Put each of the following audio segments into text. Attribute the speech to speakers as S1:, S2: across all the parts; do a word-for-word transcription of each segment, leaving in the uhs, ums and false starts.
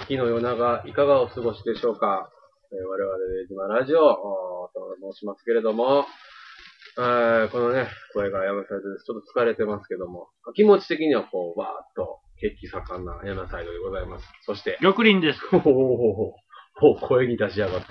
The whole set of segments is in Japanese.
S1: 秋の夜長、いかがお過ごしでしょうか。えー、我々で島ラジオと申しますけれども、えー、このね、声が山サイドです。ちょっと疲れてますけども、気持ち的にはこう、わーっと、血気盛んな山サイドでございます。そして、
S2: 玉林です。
S1: ほほほほほ、声に出しやがった。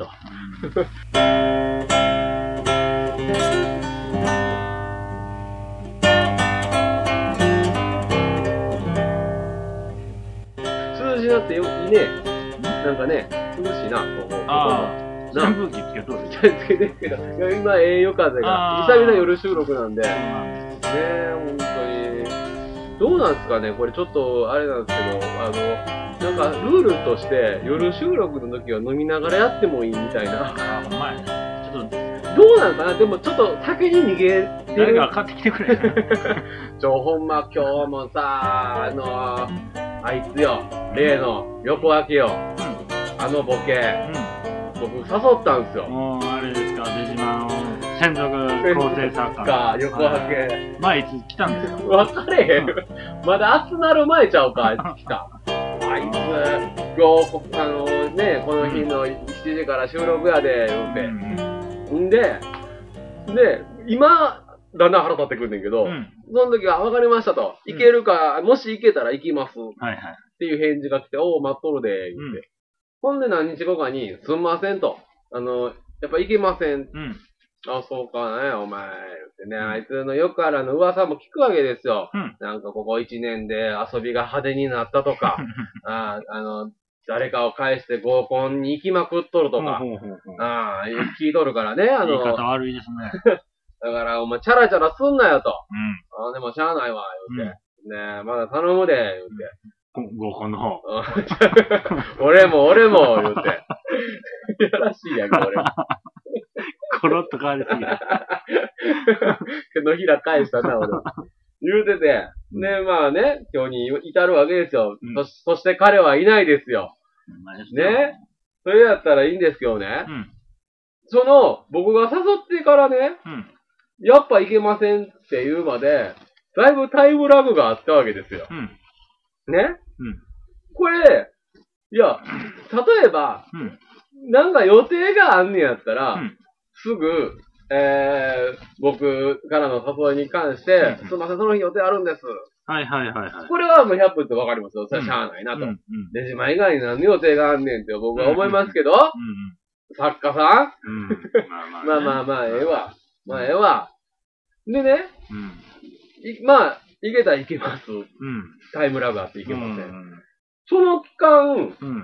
S1: 涼しなってよ、いいね。なんかね、涼しいな、ここ。
S2: ああ。扇風機つけとる。
S1: つけてるけど、今、ええ夜風が、久々夜収録なんで、ねえ、ほんとに。どうなんですかね、これちょっと、あれなんですけど、あの、なんか、ルールとして、夜収録の時は飲みながらやってもいいみたいな。
S2: ああ、ほんまやね。ちょっと、
S1: どうなんかな、でもちょっと先に逃げてる。
S2: 誰か買ってきてくれ。
S1: ちょ、ほんま今日もさ、あのー、あいつよ、例の横分けよ、あのボケ、僕誘ったんですよ。
S2: もう、あれですか、出島の専属構成作家。
S1: か、横分け。
S2: 前いつ来たんですか？
S1: わかれへん。まだ集まる前ちゃうか、あいつ来た。あいつ、今日、あのね、この日のしちじから収録やで、言うて。んで、で、今、だんだん腹立ってくんねんけど、うん、その時は分かりましたと。行けるか、うん、もし行けたら行きます。はいはい。っていう返事が来て、おう、待っとるで、言って。うん、ほんで何日後かに、すんませんと。あの、やっぱ行けません。うん、あ、そうかね、お前。言ってね、あいつのよくあるの噂も聞くわけですよ。うん、なんかここいちねんで遊びが派手になったとか、あ, あの、誰かを返して合コンに行きまくっとるとか、ああ、聞いとるからね、あの。
S2: 言い方悪いですね。
S1: だから、お前、チャラチャラすんなよと。うん。あでも、しゃあないわ、言うて。うん、ねえ、まだ頼むで、言う
S2: て。合コンの方。
S1: 俺も、俺も、言うて。いやらしいやんか、俺も。
S2: コロッと変わりすぎた。
S1: 手のひら返したな、俺。言うてて。ね、まあね、今日に至るわけですよ。うん、そ, そして彼はいないですよ。ね。それやったらいいんですけどね。うん、その、僕が誘ってからね、うん、やっぱいけませんって言うまで、だいぶタイムラグがあったわけですよ。うん、ね、うん、これ、いや、例えば、うん、なんか予定があんねやったら、うん、すぐ、えー、僕からの誘いに関して、うん、すみません、その日予定あるんです。
S2: はいはいはいはい。
S1: これはもうひゃっぷんってわかりますよ。それはしゃあないなと。出島以外に何の予定があんねんって僕は思いますけど、うんうんうん作家さん、うん、まあまあ、ね、まあまあまあ、ええわ。まあええわ。でね、うん、まあ、いけたらいけます。うん、タイムラグあっていけません。うん、その期間、うん、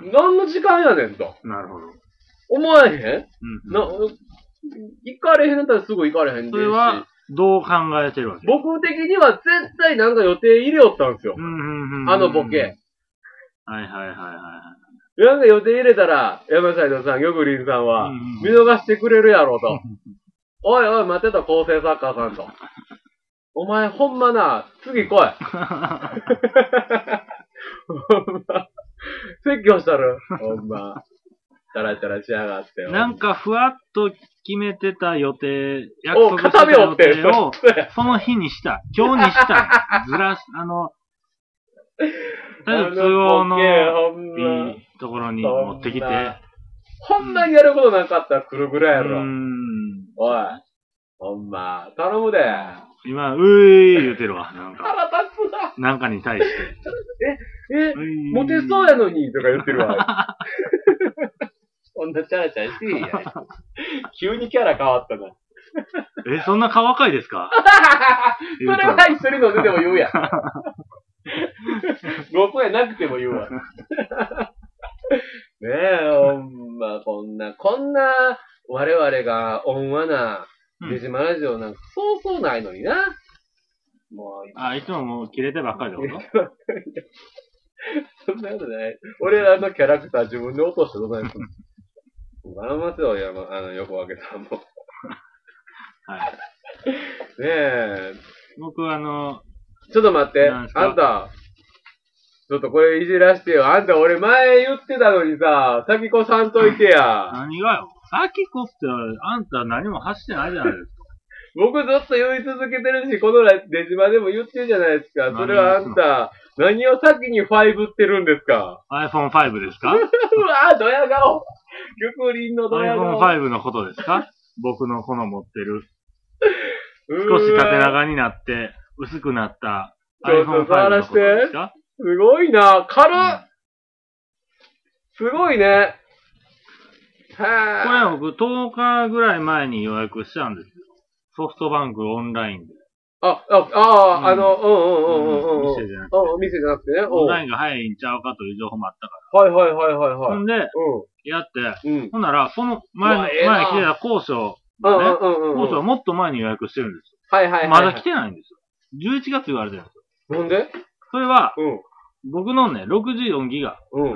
S1: 何の時間やねんと。
S2: なるほど。
S1: 思わへん、うん、な行かれへんだったらすぐ行かれへんで。
S2: それは、どう考えてるわけ？
S1: 僕的には絶対なんか予定入れよったんですよ。あのボケ。
S2: はいはいはいはい。
S1: なんか予定入れたら、山サイドさん、玉林さんは、見逃してくれるやろうと。おいおい、待ってた、構成作家さんと。お前、ほんまな、次来い。ほんま。説教したる。ほんま。チャラチャラしやがって。
S2: なんか、ふわっと決めてた予定、約束してた予定を、その日にした。今日にした。ずらし、あの、とりあえず都合のいいところに持ってきて。
S1: ほんまにやることなかったら来るぐらいやろ。うーんおい。ほんま。頼むで。
S2: 今、うーい言うてるわ。なんか。
S1: 腹立つな。
S2: なんかに対して。
S1: え、え、モテそうやのにとか言ってるわ。そんなチャラチャラしていいや。急にキャラ変わったな。
S2: え、そんな顔赤いですか？
S1: それは一緒に飲んでても言うやん。僕やなくても言うわ。ねえ、ほんま、こんな、こんな、我々が温和な、出島ラジオなんかそうそうないのにな。
S2: もう、あ、いつももう切れてばっかりだこと
S1: そんなことない。俺らのキャラクター自分で落としてどうないする頼ますよ、山、あの、横分けさんも。はい。ねえ。
S2: 僕あの、
S1: ちょっと待って、あんた、ちょっとこれいじらしてよ。あんた俺前言ってたのにさ、先越さんといてや。
S2: 何がよ。先越って、あんた何も発してないじゃないですか。
S1: 僕ずっと言い続けてるし、このレジマでも言ってるじゃないですか。それはあんた、何を先にファイブってるんですか？
S2: アイフォンファイブ ですか？
S1: うわぁ、ドヤ顔。玉林のドヤ顔。
S2: アイフォンファイブ のことですか？僕のこの持ってる。少し縦長になって、薄くなった アイフォンファイブ のことですか？
S1: すごいな、軽っ、うん、すごいね。
S2: これ僕とおかぐらい前に予約したんですよ。ソフトバンクオンラインで。
S1: あ、あ、あ、うん、あの、うんうんうんうん。
S2: 店じゃなくて。
S1: うん、店じゃなくてね。
S2: オンラインが早いんちゃうかという情報もあったか
S1: ら。はいはいはいはいはい。
S2: ほんで、うん、やって、うん、ほんなら、その前の、前来てた交渉、ね、交渉はもっと前に予約してるんですよ。
S1: はいはいはい。
S2: まだ来てないんですよ。じゅういちがつ言われてるんです
S1: よ。なんで？
S2: それは、うん、僕のね、ろくじゅうよんギガ。うん。うん。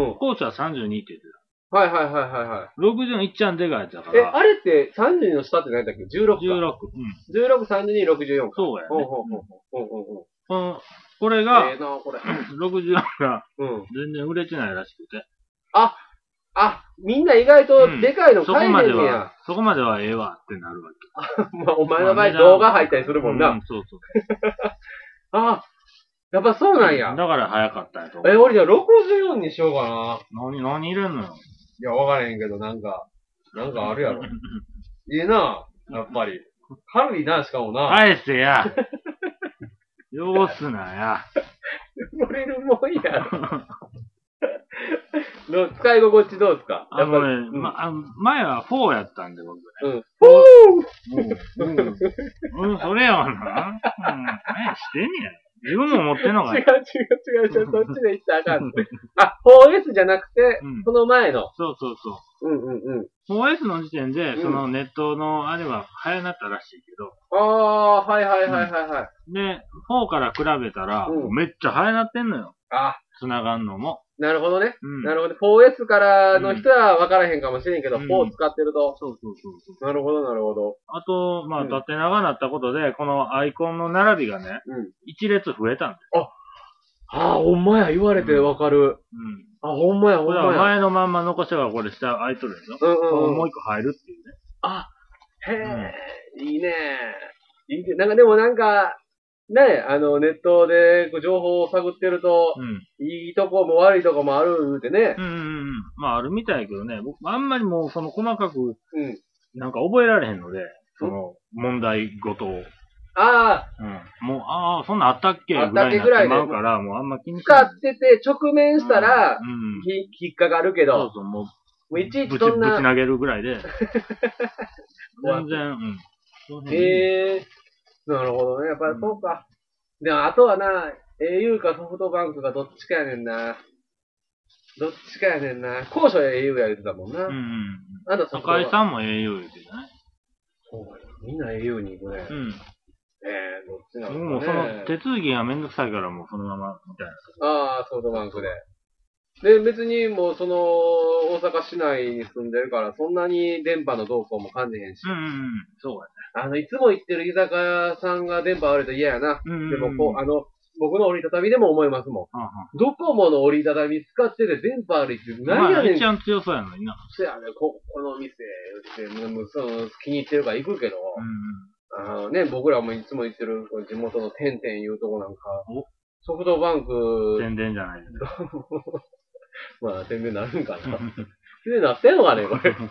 S2: 交渉はさんじゅうにって言ってた。
S1: はいはいはいはいはい。
S2: ろくじゅうよんいっちゃんでかいやつだから。
S1: え、あれってさんじゅうにの下って何だっけ ?じゅうろく か。
S2: じゅうろく。うん。
S1: じゅうろく、さんじゅうに、ろくじゅうよんか。
S2: そうやね。
S1: ほうほうほうほうほうほう。
S2: これが、
S1: ええな、これ。
S2: ろくじゅうよんが、全然売れてないらしくて。
S1: あ、あ、みんな意外とでかいの買えへんねや、うん、そこまで
S2: は、そこまではええわってなるわけ。
S1: まあ、お前の場合動画入ったりするもんな。
S2: うん、そうそう。
S1: あ、やっぱそうなんや。
S2: だから早かったんやと。
S1: え、俺じゃあろくじゅうよんにしようかな。
S2: 何、何入れんのよ。
S1: いや、わからへんけど、なんか、なんかあるやろ。いいな、やっぱり。軽いな、しかもな。
S2: 返せや。よすなや。
S1: 乗れるもんやろ。の使い心地どうですか？
S2: あのね、うん、ま、あ前はフォーやったんで、僕ね。
S1: うん。フォー！
S2: うん。うん、それやわな。うん。何してんねや。自分も持ってんのか
S1: 違う違う違う違う。そっちで言ったらあかんって。あ、フォーエス じゃなくて、うん、その前の。
S2: そうそうそう。
S1: うんうんうん。
S2: フォーエス の時点で、そのネットのあれは早なったらしいけど。
S1: ああ、はいはいはいはいはい。
S2: うん、で、フォーから比べたら、うん、めっちゃ早なってんのよ。
S1: あ
S2: 繋がんのも。
S1: なるほどね。うん、なるほど。フォーエス からの人は分からへんかもしれんけど、うん、フォー使ってると。
S2: そうそうそうそう。
S1: なるほどなるほど。
S2: あと、まあ、縦長になったことで、このアイコンの並びがね、うん、一列増えたんです。
S1: あ、ああ、ほんまや、言われて分かる。うん。あ、ほんまや、ほんまや。
S2: 前のまんま残したからこれ下空いとるでしょ。うんうん、うん。もう一個入るっていうね。
S1: あ、へえ、うん、いいね。いいね。なんかでもなんか、ね、あの、ネットで情報を探ってると、うん、いいとこも悪いとこもあるってね。
S2: うんうんうん。まあ、あるみたいやけどね、僕、あんまりもう、その、細かく、うん、なんか覚えられへんので、その、問題ごとを。
S1: ああ。
S2: うん。もう、ああ、そんなあったっけぐらいになってまうから、もうあんま気にし
S1: ない。使ってて直面したら、うん、引っかかるけど。
S2: そうそう、もう、も
S1: ういちいちそんな。
S2: ぶち投げるぐらいで。全然、うん。
S1: へえー。なるほどね。やっぱりそうか。うん、でも、あとはな、au かソフトバンクかどっちかやねんな。どっちかやねんな。高所 au や言ってたもんな。うんうん。あと
S2: 赤井さんも au 言ってない？
S1: そうや。みんな au に行くね。うん。ええー、どっちなのかね。
S2: もうその手続きがめんどくさいからもうそのままみたいな。
S1: ああ、ソフトバンクで。で、別にもうその大阪市内に住んでるからそんなに電波の動向も感じへんし。
S2: うんうんうん。そうやね。
S1: あの、いつも行ってる居酒屋さんが電波悪いと嫌やな。うんうんうん、でもこう、あの、僕の折りたたみでも思いますもん。うんうん、ドコモの折りたたみ使ってて電波悪いって何やねん。
S2: 一番強そうやのにな。
S1: そうやね、こ、この店、ってもうその気に入ってるから行くけど、うん、あのね、僕らもいつも行ってる地元のてんてんいうとこなんか、ソフトバンク。
S2: 宣伝じゃないです
S1: か。まあ、宣伝なるんかな。宣伝なってんのかね、これ。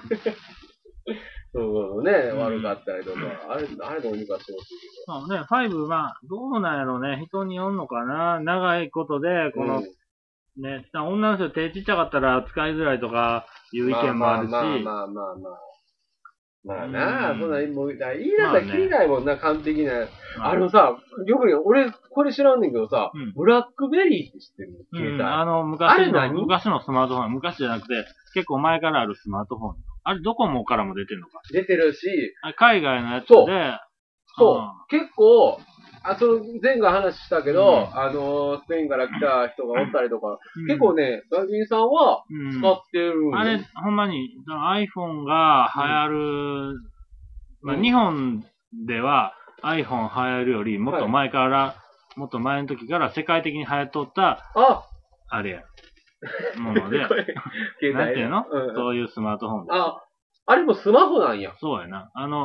S1: そうね、うん、悪かったりとか、あれ、あれどうにかしてほしいけ
S2: ど。そうね、ファイブ、まあ、どうなんやろうね、人によんのかな、長いことで、この、うん、ね、女の人手ちっちゃかったら使いづらいとかいう意見もあるし。
S1: まあまあまあまあまあまあ。まあなあ、そんな、もう、言い出したらきりないもんな、まあね、完璧な。まあ、あのさ、よく俺、これ知らんねんけどさ、うん、ブラックベリーって知ってるの？携帯。
S2: うん、あの、昔の、昔のスマートフォン、昔じゃなくて、結構前からあるスマートフォン。あれ、ドコモからも出てるのか？
S1: 出てるし、
S2: あれ海外のやつで、そう。
S1: そう。結構、あ、その前回話したけど、うん、あの、スペインから来た人がおったりとか、うん、結構ね、外人さんは使ってる、
S2: うん。あれ、ほんまに、iPhone が流行る、うん、まあ、日本では iPhone 流行るより、もっと前から、はい、もっと前の時から世界的に流行っとった、
S1: あ
S2: あれや。もので、なんていうの、うん、そういうスマートフォンで。
S1: あ、あれもスマホなんや。
S2: そうやな。あの、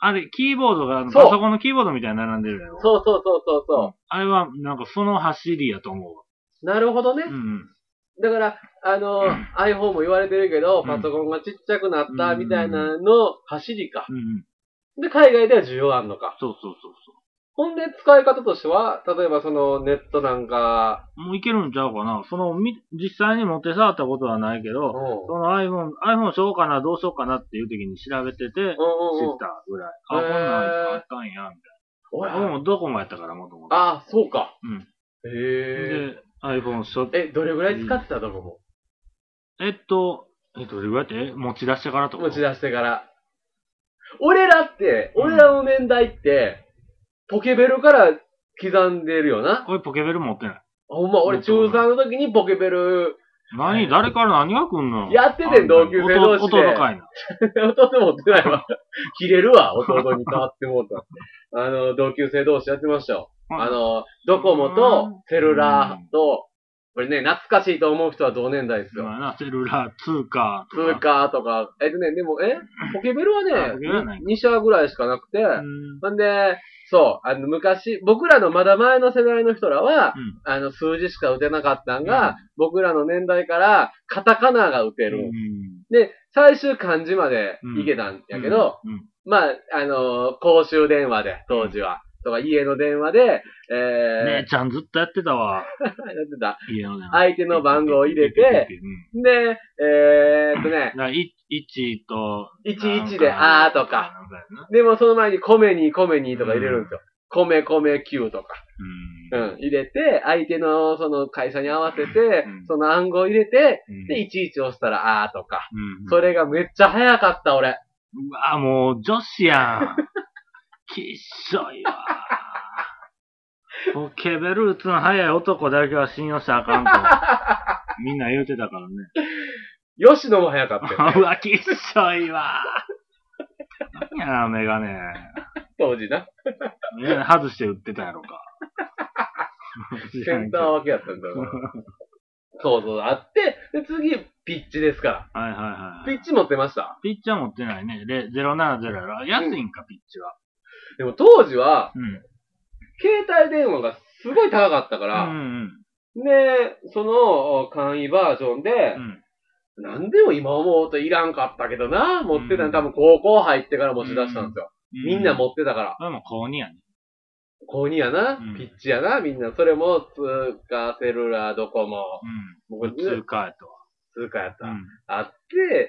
S2: あれ、キーボードが、パ
S1: そう
S2: ソコンのキーボードみたいに並んでるやろ。
S1: そうそうそうそうそう、うん。
S2: あれは、なんかその走りやと思うわ。
S1: なるほどね。
S2: うんうん。
S1: だから、あの、うん、iPhone も言われてるけど、パソコンがちっちゃくなったみたいなの走りか。うんうん、で、海外では需要あんのか。
S2: そうそうそうそう。
S1: ほんで、使い方としては、例えばそのネットなんか。
S2: もういけるんちゃうかな。その、み、実際に持って触ったことはないけど、その iPhone、iPhone しようかな、どうしようかなっていう時に調べてて、知ったぐらい。あ、こんなんあったんや、みたいな。俺もドコモやったから、もともと。
S1: ああ、そうか。
S2: うん。
S1: へ
S2: え。で、iPhone しょ
S1: え、どれぐらい使ってたドコモ？
S2: えっと、え、どれぐらいって持ち出してからとか
S1: 持ち出してから。俺らって、俺らの年代って、ポケベルから刻んでるよな。
S2: 俺ポケベル持ってない。
S1: ほんま、俺中さんの時にポケベル。
S2: 何誰から何が来んの？
S1: やっててん、同級生同士で。
S2: 弟かいな。
S1: 弟持ってないわ。切れるわ、弟に変わってもうた。あの、同級生同士やってましたよ。あの、ドコモとセルラーと、これね、懐かしいと思う人は同年代ですよ。
S2: セルラー、ツーカ
S1: ーとか。ツーカーとか。えっとね、でも、えポケベルはね、に社ぐらいしかなくて、ほんで、そう、あの、昔、僕らのまだ前の世代の人らは、うん、あの、数字しか打てなかったんが、うん、僕らの年代から、カタカナが打てる。うん、で、最終漢字までいけたんやけど、まあ、あのー、公衆電話で、当時は。とか、家の電話で、え
S2: ー、姉ちゃんずっとやってたわ。
S1: やってた。
S2: 家の電話。
S1: 相手の番号を入れて、で、えーっとね、
S2: いちと、
S1: いちいちであーとか、でもその前に米に米にとか入れるんですよ。米米きゅうとか。うん。入れて、相手のその会社に合わせて、その暗号入れて、で、いちいち押したらあーとか。それがめっちゃ早かった、俺。
S2: うわ、もう女子やん。きっしょいわ。ポケベル打つの早い男だけは信用したらあかんと。みんな言うてたからね。
S1: 吉野も早かったよ、
S2: ね。うわ、きっしょいわ。何やな、メガネ。
S1: 当時な。
S2: メガネ外して売ってたやろか。
S1: センター分けやったんだから。そうそう、あって、で、次、ピッチですから。
S2: はいはいはい。
S1: ピッチ持ってました？
S2: ピッチは持ってないね。ゼロななゼロやろ。安いんか、うん、ピッチは。
S1: でも当時は、うん、携帯電話がすごい高かったから、うんうん、で、その簡易バージョンで、うん、なんでも今思うといらんかったけどな、持ってたの多分高校入ってから持ち出したんですよ。うん、みんな持ってたから。
S2: でも高にやね。
S1: 高にやな、うん、ピッチやな、みんな。それも通貨、セルラー、ドコモ。
S2: うん、僕通貨やったわ。
S1: 通貨やった。うん、あって、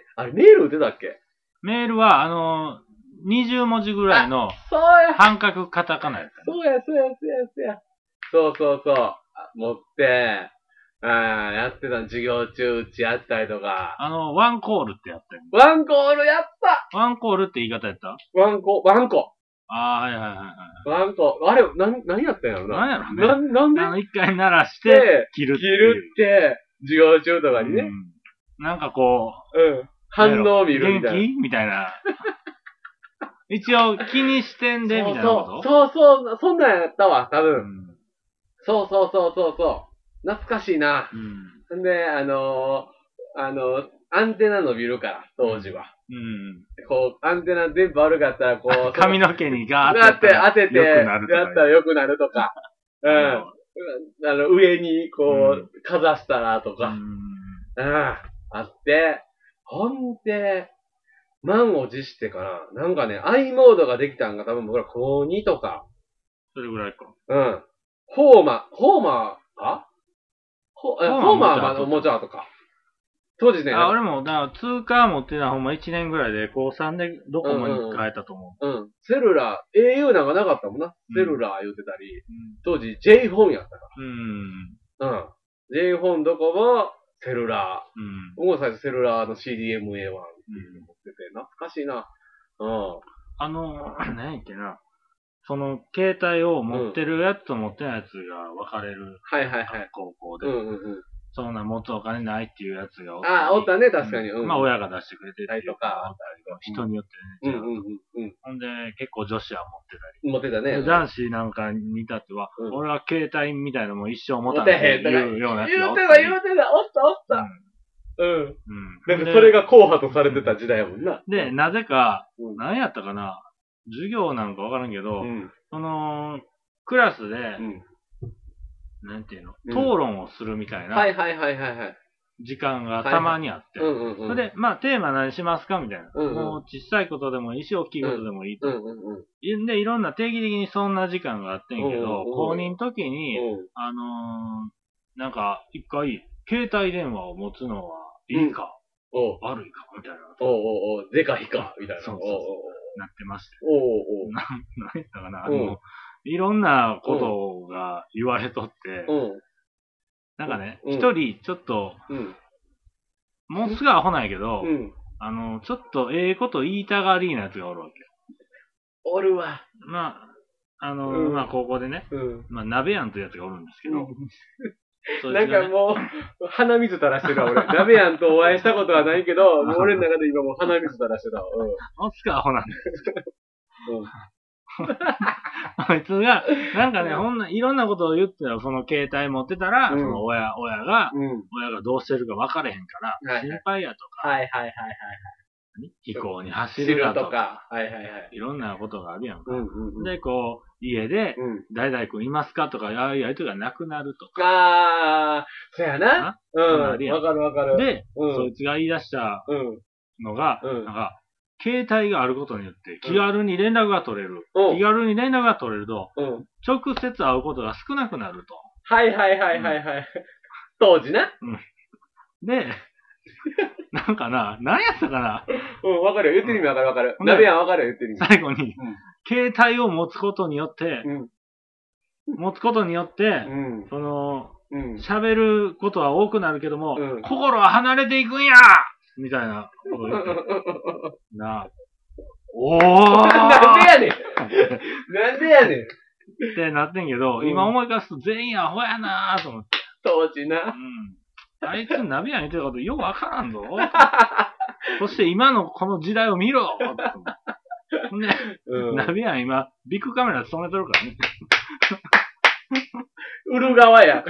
S1: あれメール打てたっけ？
S2: メールは、あのー、にじゅう文字ぐらいの半角カタカナやった、ね。
S1: そうや、そうや、そうや、そうや。そうそうそう。持って、あやってた授業中打ちやったりとか。
S2: あの、ワンコールってやったよ、ね。
S1: ワンコールやった
S2: ワンコールって言い方やった
S1: ワンコ、ワンコ。
S2: ああ、はいはいはいはい。
S1: ワンコ。あれ、な、何やったんやろな。
S2: 何やろね。な、
S1: なんで
S2: あの、一回鳴らして、切るって。
S1: 切るって、授業中とかにね。うん、
S2: なんかこ
S1: う、うん。反応を見るみたいな。
S2: 元気みたいな。一応気にしてんで、みたいなこと
S1: そうそう、そう、そんなんやったわ、多分。うん、そうそうそうそうそう。懐かしいな。うん。で、あのー、あのー、アンテナ伸びるから、当時は。うん。こう、アンテナ全部悪かったら、こう。
S2: 髪の毛にガー
S1: って当てて、やったら良くなるとか。うん。あの、上に、こう、かざしたらとか。うん。あって、ほんで、満を持してから、なんかね、i モードができたんが多分僕ら高にとか。
S2: それぐらいか。
S1: うん。ホーマー、ホーマーかホーマーのおもちゃとか。当時ね。
S2: あ、俺も、だから通貨持ってたほんまいちねんぐらいで、高さんでドコモに変えたと思
S1: う。うん、うん。セルラー、au なんかなかったもんな。セルラー言うてたり。うん、当時 J フォンやったから。うん。うん。J フォンドコモ、セルラー。うん。僕も最初セルラーの シーディーエムエーワン っていうの持ってて、懐かしいな。うん。
S2: あの、何やっけな。その、携帯を持ってるやつと持ってないやつが分かれる。
S1: はいはいはい。
S2: 高校で。
S1: うんうんうん。
S2: そんな持つお金ないっていうやつが
S1: おった。ああ、おったね、確かに。
S2: うん、まあ、親が出してくれて
S1: たりとか。
S2: 人によってね。うんうんうん。ほんで、結構女子は持ってたり。
S1: 持ってたね。
S2: 男子なんかに至っては、俺は携帯みたいなのも一生持たないっていうようなやつ
S1: がおった。言うてた、言うてた、おったおった。うん。うん。なんかそれが硬派とされてた時代やもんな。
S2: で、なぜか、何やったかな。 授業なんかわからんけど、
S1: うん、
S2: その、クラスで、
S1: うん、
S2: なんていうの、
S1: うん
S2: 討論をするみたいな
S1: はいはいはいはいはい。
S2: 時間がたまにあって、
S1: うんうんうん。
S2: それで、まあ、テーマ何しますかみたいな。
S1: うんうん
S2: もう、小さいことでもいいし、大きいことでもいいと。
S1: うんうんうん。
S2: で、いろんな定期的にそんな時間があってんけど、
S1: うんうん
S2: 公認の時に、
S1: うん
S2: あのー、なんか、一回、携帯電話を持つのはいいか、
S1: おう
S2: 悪いか、みたいな。
S1: おうおうおうでかいか、みたいな。
S2: そうそうそうなってまして。
S1: おうおうおう
S2: な、なんやったかな、あ
S1: うん
S2: の、いろんなことが言われとって、
S1: うん。
S2: なんかね、
S1: うん
S2: 一人、ちょっと、
S1: うん。
S2: もうすぐアホなんやけど、
S1: うん。
S2: あの、ちょっとええこと言いたがりなやつがおるわけ。
S1: おるわ。
S2: まあ、あの、
S1: うん
S2: まあ、高校でね、
S1: うん。
S2: まあ、鍋やんというやつがおるんですけど、そいつ
S1: なん
S2: がね
S1: かもう、鼻水垂らしてた俺。鍋やんとお会いしたことはないけど、もう俺の中で今もう鼻水垂らしてたわ。
S2: おつかアホなんです。
S1: うん。
S2: こいつが、なんかね、ほんな、いろんなことを言ってたら、その携帯持ってたら、
S1: うん
S2: その親、親が、
S1: うん。うん。
S2: 親がどうしてるか分かれへんから、
S1: はいはい
S2: 心配やとか、
S1: はいはいはいはい。
S2: 飛行に走
S1: 知
S2: るだとか、
S1: るとか。はいはいはい。
S2: いろんなことがあるやんか。
S1: うんうんうん。
S2: で、こう、家で、
S1: うん。
S2: 誰々君いますかとか、ああいうやりとりがなくなるとか。
S1: あー、そやな。
S2: あ
S1: うん。
S2: なるやん
S1: わかるわかる。
S2: で、
S1: うん
S2: そいつが言い出した
S1: うん。
S2: のが、
S1: うん
S2: なんか、携帯があることによって気軽に連絡が取れる。
S1: うん
S2: 気軽に連絡が取れると、
S1: うん。
S2: 直接会うことが少なくなると。
S1: はいはいはいはいはい。当時な。
S2: で、なんかな、何やったかな、
S1: うん、わかるよ。言ってる意味わかるわかる。
S2: ほんで
S1: 鍋やんわかるよ、言ってる意味。
S2: 最後に、
S1: うん
S2: 携帯を持つことによって、
S1: うん。
S2: 持つことによって、
S1: うん。
S2: その、
S1: うん。
S2: 喋ることは多くなるけども、
S1: うん
S2: 心は離れていくんやみたいなこと言って。なあ。おー
S1: なんでやねんなんでやねん
S2: ってなってんけど、
S1: うん
S2: 今思い返すと全員アホやなーと思って。
S1: 当時な。
S2: うん。あいつナビやん言ってたことよくわからんぞ。そして今のこの時代を見ろほんで、
S1: うん。
S2: ナビやん今、ビッグカメラ勤めてるからね。
S1: 売る側や。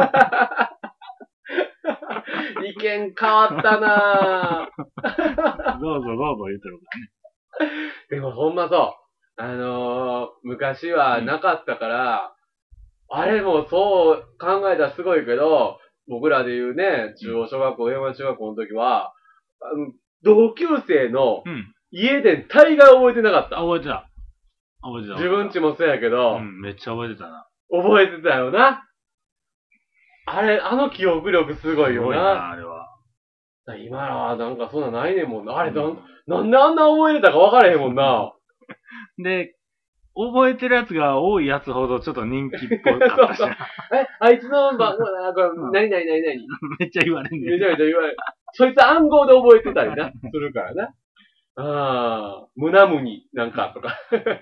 S1: 意見変わったなぁ。
S2: どうぞどうぞ言ってるからね。
S1: でもほんまそう。あのー、昔はなかったから、あれもそう考えたらすごいけど、僕らで言うね、中央小学校、平和中学校の時は、あの、同級生の
S2: うん。
S1: 家で大概覚えてなかった。
S2: 覚えてた。覚えてた。
S1: 自分ちもそうやけど、
S2: うん、めっちゃ覚えてたな。
S1: 覚えてたよな。あれ、あの記憶力すごいよ
S2: すごい
S1: な。
S2: な、あれは。
S1: 今のはなんかそんなないねんもんな。あれ、なんなんであんな覚えれたか分からへんもんな。
S2: で、覚えてるやつが多いやつほどちょっと人気っぽかったしな。
S1: え、あいつの番号な、これ、何々何々。
S2: めっちゃ言われんねん。
S1: めちゃめちゃ言われる。そいつ暗号で覚えてたりな、するからな。ああ、胸むになんかとか。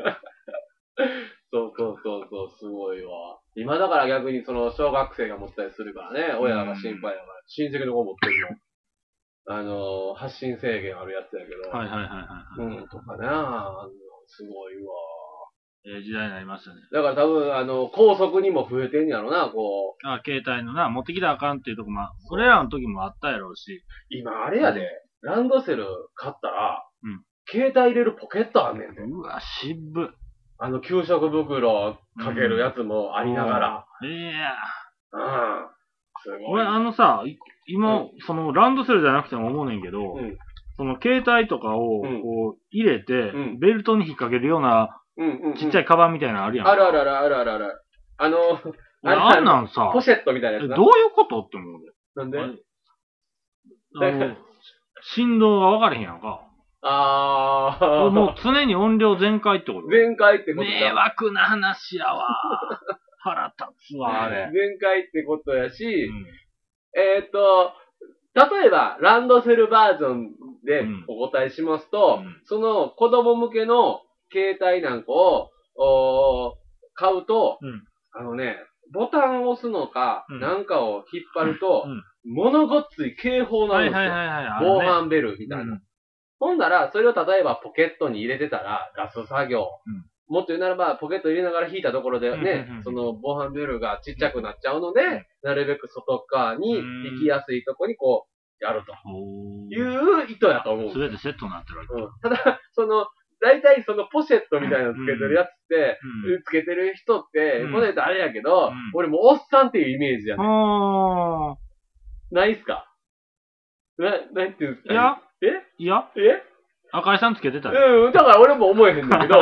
S1: そうそうそうそう、すごいわ。今だから逆にその小学生が持ったりするからね、親が心配だから、親戚の子持ってるの。あの、発信制限あるやつやけど。
S2: はいはいはいはい。
S1: うん、とかな、あのすごいわ。
S2: ええ時代になりましたね。
S1: だから多分、あの、高速にも増えてんやろな、こう。
S2: あ、携帯のな、持ってきたらあかんっていうとこも、俺らの時もあったやろうし。
S1: 今あれやで、ランドセル買ったら、
S2: うん
S1: 携帯入れるポケットあんねんで。
S2: うわ、渋っ。
S1: あの、給食袋かけるやつもありながら。
S2: ええ
S1: うん。すごい。
S2: 俺、あのさ、い今、
S1: うん
S2: その、ランドセルじゃなくても思うねんけど、
S1: うん
S2: その、携帯とかを、
S1: うん
S2: こう、入れて、
S1: うん
S2: ベルトに引っ掛けるような、
S1: うんうんうん、
S2: ちっちゃいカバンみたいなのあるやん。
S1: あるあるあるあるあるある。あの、
S2: 俺あんなんさ、
S1: ポシェットみたいなやつな。
S2: えどういうことって思うで。
S1: なんで
S2: あれあの、振動が分かれへんやんか。
S1: あー。
S2: もう常に音量全開ってこと
S1: 全開ってこと
S2: 迷惑な話やわ。腹立つわ、あれ。
S1: 全開ってことやし、
S2: うん
S1: えっと、例えば、ランドセルバージョンで
S2: うん
S1: お答えしますと、
S2: うん
S1: その子供向けの携帯なんかを、おー買うと、
S2: うん
S1: あのね、ボタンを押すのか、
S2: うん
S1: なんかを引っ張ると、
S2: うん
S1: ものごっつい警報な
S2: はい
S1: るんですよ。
S2: はいはいはい。あるね
S1: 防犯ベルみたいな。
S2: うん
S1: ほんなら、それを例えばポケットに入れてたら、ガス作業。
S2: うん
S1: もっと言うならば、ポケット入れながら引いたところでね、
S2: うんうんうん
S1: その防犯ベルがちっちゃくなっちゃうので、
S2: ん
S1: なるべく外側に引きやすいとこにこう、やると
S2: お
S1: いう意図やと思う。
S2: すべてセットになってるわけ。
S1: うん、ただ、その、 大体そのポシェットみたいなのつけてるやつって、
S2: うん、
S1: つけてる人って、
S2: うん、
S1: これってあれやけど、
S2: うん、
S1: 俺もうおっさんっていうイメージやねん。
S2: あ
S1: ないっすか？な、なんていうんですか？
S2: いや、
S1: え
S2: いや、
S1: え
S2: 赤井さんつけてた
S1: よ。うん、だから俺も思えへんだけど。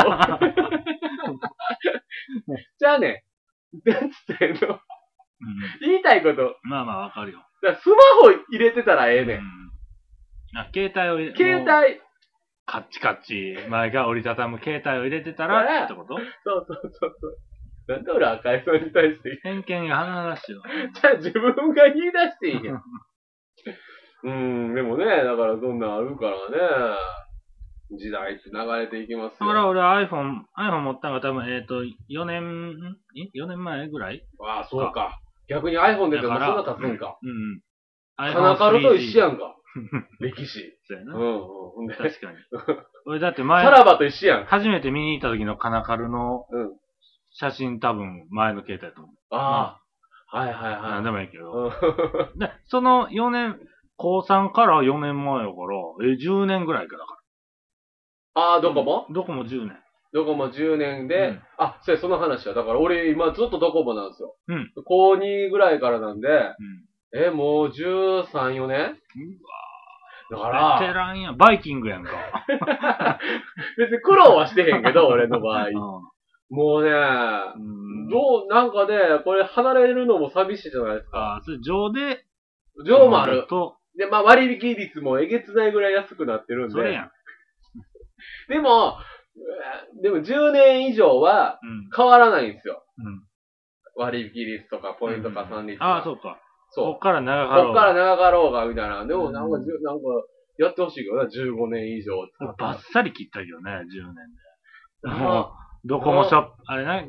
S1: じゃあね、なんつってんの、うん、言いたいこと。
S2: まあまあわかるよ。
S1: だからスマホ入れてたらええねん。うん、
S2: あ、携帯を入れ、
S1: 携帯。
S2: カッチカッチ、前が折りたたむ携帯を入れてたら、ってこと？
S1: そうそうそうそう。なんで俺赤井さんに対して。
S2: 偏見が鼻出しよ。
S1: じゃあ自分が言い出していいやん。うん、でもね、だからそんなんあるからね。時代って流れていきますよ。
S2: だから俺 iPhone、iPhone 持ったのが多分、えっと、よねん、ん ?よ 年前ぐらい？
S1: ああ、そうか。逆に iPhone 出てもそんな経つんか。
S2: うん。
S1: 金軽と一緒やんか。歴史。
S2: そうやな。
S1: うんうん。
S2: 確かに。俺だって前、
S1: さらばと一緒やん。
S2: 初めて見に行った時の金軽の写真多分前の携帯と思う。
S1: ああ。はいはいはい。
S2: なんでもいいけど。で、そのよねん、高さんからよねんまえやから、え、じゅうねんぐらいかだから。
S1: ああ、ドコモ？
S2: ドコモじゅうねん。
S1: ドコモじゅうねんで、うん、あ、それその話は。だから俺今ずっとドコモなんですよ。
S2: うん。
S1: 高にぐらいからなんで、うん、え、もうじゅうさん、よねん？うわだから。
S2: ベテランやん。バイキングやんか。
S1: 別に苦労はしてへんけど、俺の場合。うん、もうね、うん、どう、なんかね、これ離れるのも寂しいじゃないですか。
S2: ああ、それ上で、
S1: 上もある。で、まあ割引率もえげつないぐらい安くなってるんで。
S2: それやん。
S1: でも、でもじゅうねん以上は変わらないんですよ。うん、割引率とかポイント加算率とか。
S2: ああ、そうか。
S1: そう。
S2: こっから長かろうが。
S1: こっから長かろうが、みたいな。でもなんか、なんか、やってほしいけどな、じゅうごねん以上。
S2: バッサリ切ったけどね、じゅうねんで。もう、ドコモショップ、あれな、うん、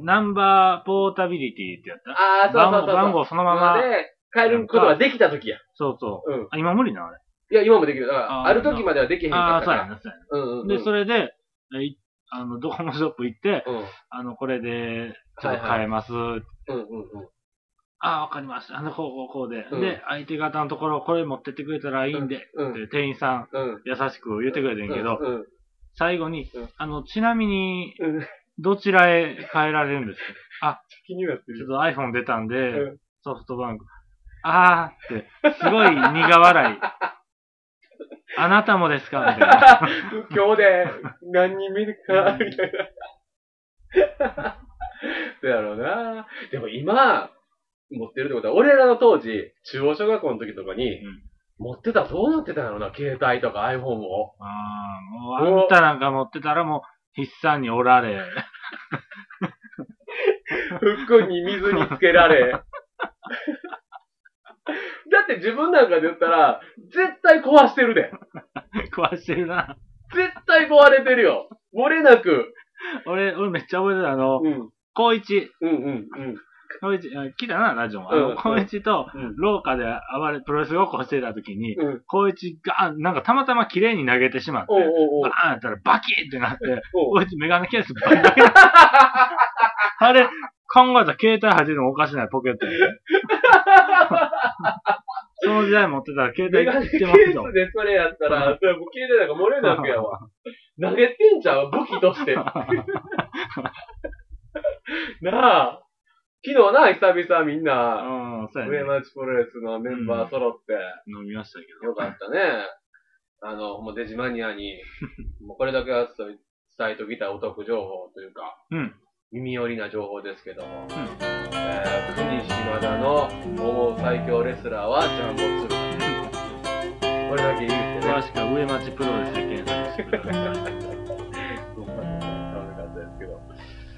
S2: ナンバーポータビリティってやった
S1: ああ、そうそうそう。
S2: 番号そのまま。
S1: で、変えることができた時や。
S2: そうそう。うん、あ、今無理な、あれ。
S1: いや、今もできる。だから、ある時まではできへんかったから。
S2: ああ、そうやな、そうやな。うんうん。で、それで、あの、ドコモショップ行って、うん、あの、これで、ちょっと変えます。うんうんうん。ああ、わかりました。あの、こう、こう、こうで、うん。で、相手方のところ、これ持ってってくれたらいいんで、うん、って店員さん、うん、優しく言ってくれてんけど、うんうん、最後に、うん、あの、ちなみに、どちらへ変えられるんですか？あ、
S1: 気になってる。
S2: ちょっと iPhone 出たんで、うん、ソフトバンク。あーって、すごい苦笑い。あなたもですかみたいな。
S1: 今日で何人目かみたいな。そうやろうな。でも今、持ってるってことは、俺らの当時、中央小学校の時とかに、うん、持ってたらどうなってたんやろな、携帯とか iPhone を。
S2: ああ、もうあんたなんか持ってたらもう、筆算におられ。
S1: 服に水につけられ。だって自分なんかで言ったら、絶対壊してるで。
S2: 壊してるな。
S1: 絶対壊れてるよ。漏れなく。
S2: 俺、俺めっちゃ覚えてた。あの、うん、高一。
S1: うんうんうん。
S2: 高一、来たな、ラジオも。あの、高一と、廊下で暴れ、プロレスごっこしてた時に、うん、高一が、なんかたまたま綺麗に投げてしまって、おうおうおうバーンやったらバキーってなって、高一メガネケースバキバキあれ、考えたら携帯入ってるのおかしない、ポケットに。その時代持ってたら携帯
S1: 入ってますよ。ケースでそれやったら、それもう携帯なんか漏れなくやわ。投げてんじゃん、武器として。なあ。昨日な、久々みんな、うん、そうやね。上町プロレスのメンバー揃って、
S2: うん、飲みましたけど。
S1: よかったね。あの、もうデジマニアに、もうこれだけは伝えときたいお得情報というか、うん、耳寄りな情報ですけども、うん、えー、国島田の思う最強レスラーはジャンボ鶴田。これだけ言ってね。
S2: 詳しくは上町プロレスで検索してください。
S1: ごめんなさい。楽しかったですけど。